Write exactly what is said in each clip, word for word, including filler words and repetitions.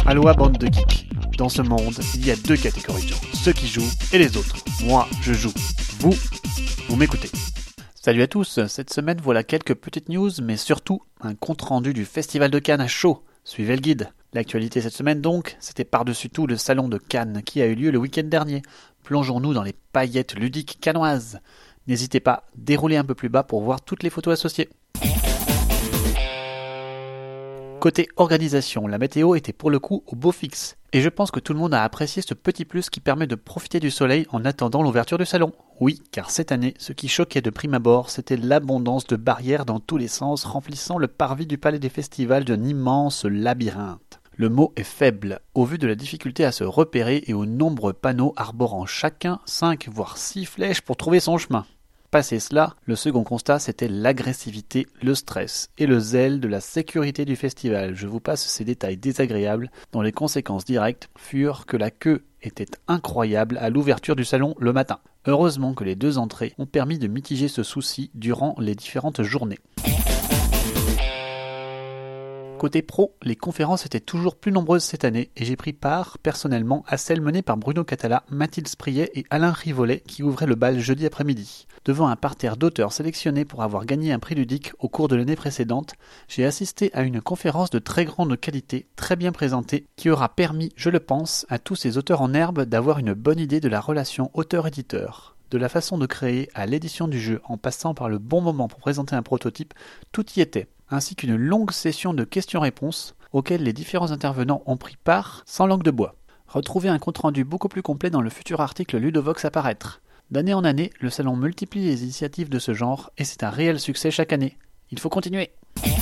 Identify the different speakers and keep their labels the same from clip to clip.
Speaker 1: Aloha bande de geeks. Dans ce monde, il y a deux catégories de gens, ceux qui jouent et les autres. Moi, je joue. Vous, vous m'écoutez. Salut à tous, cette semaine voilà quelques petites news, mais surtout un compte-rendu du Festival de Cannes à chaud. Suivez le guide. L'actualité cette semaine donc, c'était par-dessus tout le salon de Cannes qui a eu lieu le week-end dernier. Plongeons-nous dans les paillettes ludiques cannoises. N'hésitez pas, déroulez un peu plus bas pour voir toutes les photos associées. Côté organisation, la météo était pour le coup au beau fixe. Et je pense que tout le monde a apprécié ce petit plus qui permet de profiter du soleil en attendant l'ouverture du salon. Oui, car cette année, ce qui choquait de prime abord, c'était l'abondance de barrières dans tous les sens, remplissant le parvis du palais des festivals d'un immense labyrinthe. Le mot est faible, au vu de la difficulté à se repérer et aux nombreux panneaux arborant chacun cinq voire six flèches pour trouver son chemin. Passé cela, le second constat c'était l'agressivité, le stress et le zèle de la sécurité du festival. Je vous passe ces détails désagréables dont les conséquences directes furent que la queue était incroyable à l'ouverture du salon le matin. Heureusement que les deux entrées ont permis de mitiger ce souci durant les différentes journées. Côté pro, les conférences étaient toujours plus nombreuses cette année et j'ai pris part personnellement à celle menée par Bruno Catala, Mathilde Spriet et Alain Rivollet qui ouvraient le bal jeudi après-midi. Devant un parterre d'auteurs sélectionnés pour avoir gagné un prix ludique au cours de l'année précédente, j'ai assisté à une conférence de très grande qualité, très bien présentée, qui aura permis, je le pense, à tous ces auteurs en herbe d'avoir une bonne idée de la relation auteur-éditeur. De la façon de créer à l'édition du jeu en passant par le bon moment pour présenter un prototype, tout y était, ainsi qu'une longue session de questions-réponses auxquelles les différents intervenants ont pris part sans langue de bois. Retrouvez un compte-rendu beaucoup plus complet dans le futur article Ludovox à paraître. D'année en année, le salon multiplie les initiatives de ce genre et c'est un réel succès chaque année. Il faut continuer.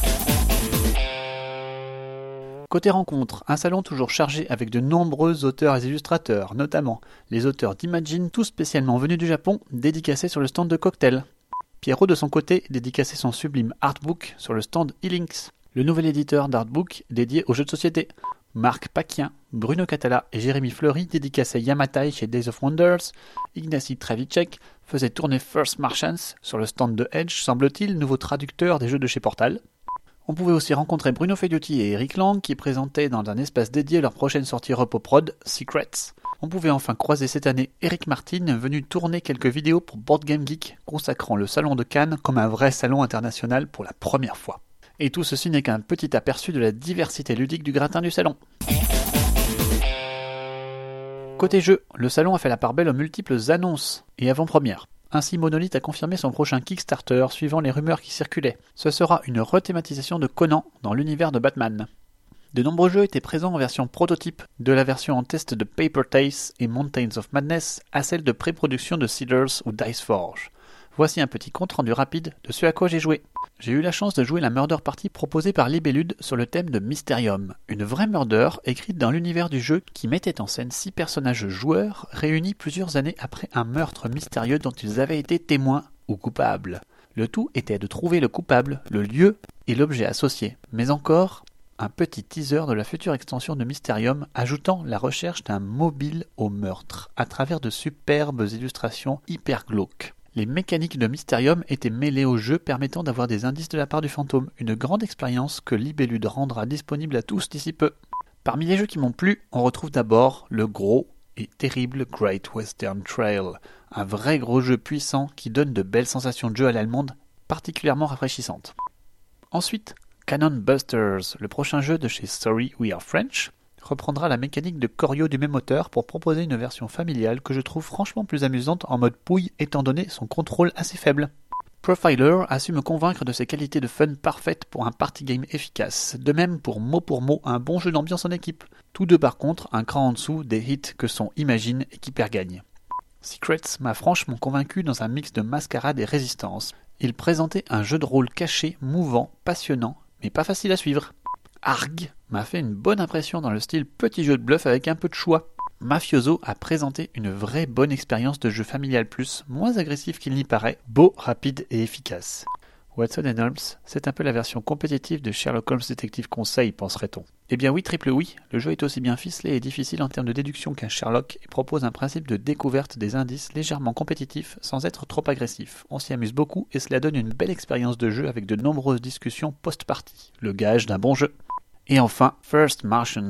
Speaker 1: Côté rencontre, un salon toujours chargé avec de nombreux auteurs et illustrateurs, notamment les auteurs d'Imagine, tous spécialement venus du Japon, dédicacés sur le stand de Cocktail. Pierrot de son côté dédicaçait son sublime artbook sur le stand e-Links, le nouvel éditeur d'artbook dédié aux jeux de société. Marc Paquien, Bruno Catala et Jérémy Fleury dédicaçaient Yamatai chez Days of Wonders. Ignacy Travicek faisait tourner First Martians sur le stand de Edge, semble-t-il, nouveau traducteur des jeux de chez Portal. On pouvait aussi rencontrer Bruno Feiotti et Eric Lang qui présentaient dans un espace dédié leur prochaine sortie Repoprod, Secrets. On pouvait enfin croiser cette année Eric Martin venu tourner quelques vidéos pour Board Game Geek consacrant le salon de Cannes comme un vrai salon international pour la première fois. Et tout ceci n'est qu'un petit aperçu de la diversité ludique du gratin du salon. Côté jeu, le salon a fait la part belle aux multiples annonces et avant-premières. Ainsi, Monolith a confirmé son prochain Kickstarter suivant les rumeurs qui circulaient. Ce sera une rethématisation de Conan dans l'univers de Batman. De nombreux jeux étaient présents en version prototype, de la version en test de Paper Tales et Mountains of Madness à celle de pré-production de Seeders ou Diceforge. Voici un petit compte rendu rapide de ce à quoi j'ai joué. J'ai eu la chance de jouer la Murder Party proposée par Libellude sur le thème de Mysterium, une vraie murder écrite dans l'univers du jeu qui mettait en scène six personnages joueurs réunis plusieurs années après un meurtre mystérieux dont ils avaient été témoins ou coupables. Le tout était de trouver le coupable, le lieu et l'objet associé, mais encore un petit teaser de la future extension de Mysterium ajoutant la recherche d'un mobile au meurtre à travers de superbes illustrations hyper glauques. Les mécaniques de Mysterium étaient mêlées au jeu permettant d'avoir des indices de la part du fantôme, une grande expérience que Libellude rendra disponible à tous d'ici peu. Parmi les jeux qui m'ont plu, on retrouve d'abord le gros et terrible Great Western Trail, un vrai gros jeu puissant qui donne de belles sensations de jeu à l'allemande, particulièrement rafraîchissantes. Ensuite, Cannon Busters, le prochain jeu de chez Sorry We Are French, reprendra la mécanique de Corio du même auteur pour proposer une version familiale que je trouve franchement plus amusante en mode pouille étant donné son contrôle assez faible. Profiler a su me convaincre de ses qualités de fun parfaites pour un party game efficace, de même pour mot pour mot un bon jeu d'ambiance en équipe. Tous deux par contre un cran en dessous des hits que sont Imagine et qui gagne. Secrets m'a franchement convaincu dans un mix de mascarade et résistance. Il présentait un jeu de rôle caché, mouvant, passionnant, mais pas facile à suivre. Arg m'a fait une bonne impression dans le style petit jeu de bluff avec un peu de choix. Mafioso a présenté une vraie bonne expérience de jeu familial plus, moins agressif qu'il n'y paraît, beau, rapide et efficace. Watson and Holmes, c'est un peu la version compétitive de Sherlock Holmes Détective Conseil, penserait-on. Eh bien oui, triple oui, le jeu est aussi bien ficelé et difficile en termes de déduction qu'un Sherlock et propose un principe de découverte des indices légèrement compétitif sans être trop agressif. On s'y amuse beaucoup et cela donne une belle expérience de jeu avec de nombreuses discussions post-party, le gage d'un bon jeu. Et enfin, First Martians,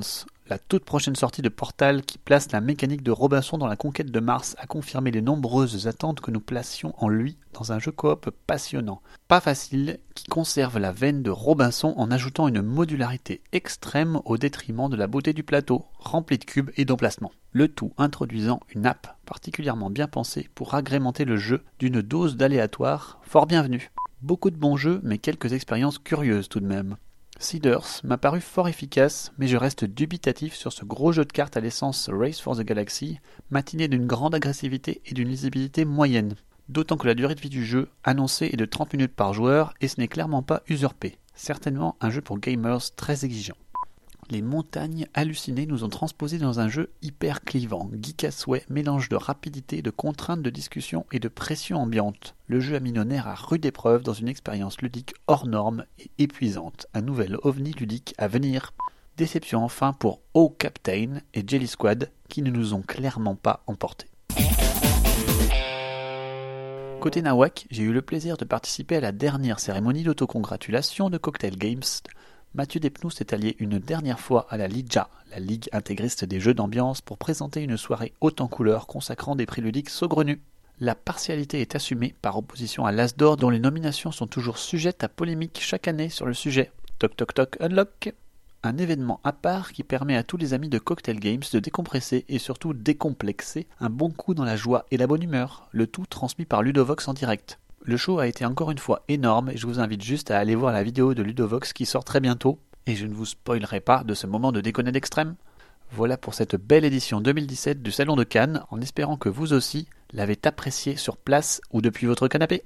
Speaker 1: La toute prochaine sortie de Portal qui place la mécanique de Robinson dans la conquête de Mars a confirmé les nombreuses attentes que nous placions en lui dans un jeu coop passionnant. Pas facile, qui conserve la veine de Robinson en ajoutant une modularité extrême au détriment de la beauté du plateau, rempli de cubes et d'emplacements. Le tout introduisant une app particulièrement bien pensée pour agrémenter le jeu d'une dose d'aléatoire fort bienvenue. Beaucoup de bons jeux, mais quelques expériences curieuses tout de même. Seeders m'a paru fort efficace, mais je reste dubitatif sur ce gros jeu de cartes à l'essence Race for the Galaxy, matiné d'une grande agressivité et d'une lisibilité moyenne. D'autant que la durée de vie du jeu, annoncée, est de trente minutes par joueur, et ce n'est clairement pas usurpé. Certainement un jeu pour gamers très exigeant. Les montagnes hallucinées nous ont transposés dans un jeu hyper clivant, geek à souhait, mélange de rapidité, de contraintes de discussion et de pression ambiante. Le jeu a mis nos nerfs à rude épreuve dans une expérience ludique hors norme et épuisante. Un nouvel ovni ludique à venir. Déception enfin pour O Captain et Jelly Squad qui ne nous ont clairement pas emportés. Côté Nawak, j'ai eu le plaisir de participer à la dernière cérémonie d'autocongratulation de Cocktail Games. Mathieu Despnous s'est allié une dernière fois à la Liga, la Ligue intégriste des jeux d'ambiance, pour présenter une soirée haute en couleurs consacrant des prix ludiques saugrenus. La partialité est assumée par opposition à l'As d'Or dont les nominations sont toujours sujettes à polémique chaque année sur le sujet. Toc toc toc unlock. Un événement à part qui permet à tous les amis de Cocktail Games de décompresser et surtout décomplexer un bon coup dans la joie et la bonne humeur, le tout transmis par Ludovox en direct. Le show a été encore une fois énorme et je vous invite juste à aller voir la vidéo de Ludovox qui sort très bientôt et je ne vous spoilerai pas de ce moment de déconner d'extrême. Voilà pour cette belle édition deux mille dix-sept du Salon de Cannes, en espérant que vous aussi l'avez apprécié sur place ou depuis votre canapé.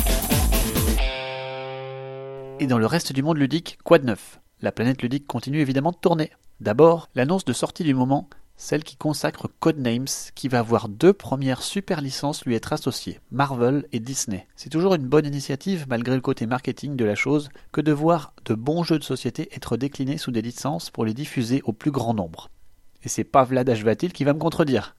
Speaker 1: Et dans le reste du monde ludique, quoi de neuf ? La planète ludique continue évidemment de tourner. D'abord, l'annonce de sortie du moment, celle qui consacre Codenames, qui va voir deux premières super licences lui être associées, Marvel et Disney. C'est toujours une bonne initiative, malgré le côté marketing de la chose, que de voir de bons jeux de société être déclinés sous des licences pour les diffuser au plus grand nombre. Et c'est pas Vlad Ashvatil qui va me contredire.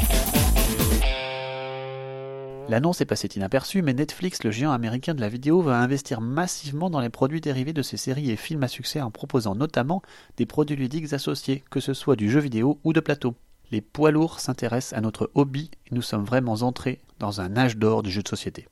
Speaker 1: L'annonce est passée inaperçue, mais Netflix, le géant américain de la vidéo, va investir massivement dans les produits dérivés de ses séries et films à succès en proposant notamment des produits ludiques associés, que ce soit du jeu vidéo ou de plateau. Les poids lourds s'intéressent à notre hobby et nous sommes vraiment entrés dans un âge d'or du jeu de société.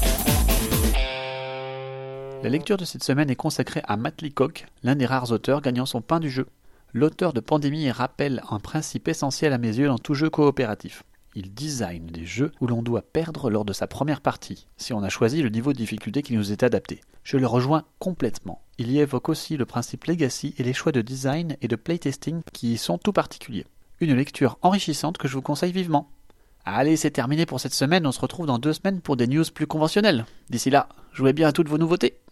Speaker 1: La lecture de cette semaine est consacrée à Matt Leacock, l'un des rares auteurs gagnant son pain du jeu. L'auteur de Pandémie rappelle un principe essentiel à mes yeux dans tout jeu coopératif. Il design des jeux où l'on doit perdre lors de sa première partie, si on a choisi le niveau de difficulté qui nous est adapté. Je le rejoins complètement. Il y évoque aussi le principe Legacy et les choix de design et de playtesting qui y sont tout particuliers. Une lecture enrichissante que je vous conseille vivement. Allez, c'est terminé pour cette semaine, on se retrouve dans deux semaines pour des news plus conventionnelles. D'ici là, jouez bien à toutes vos nouveautés.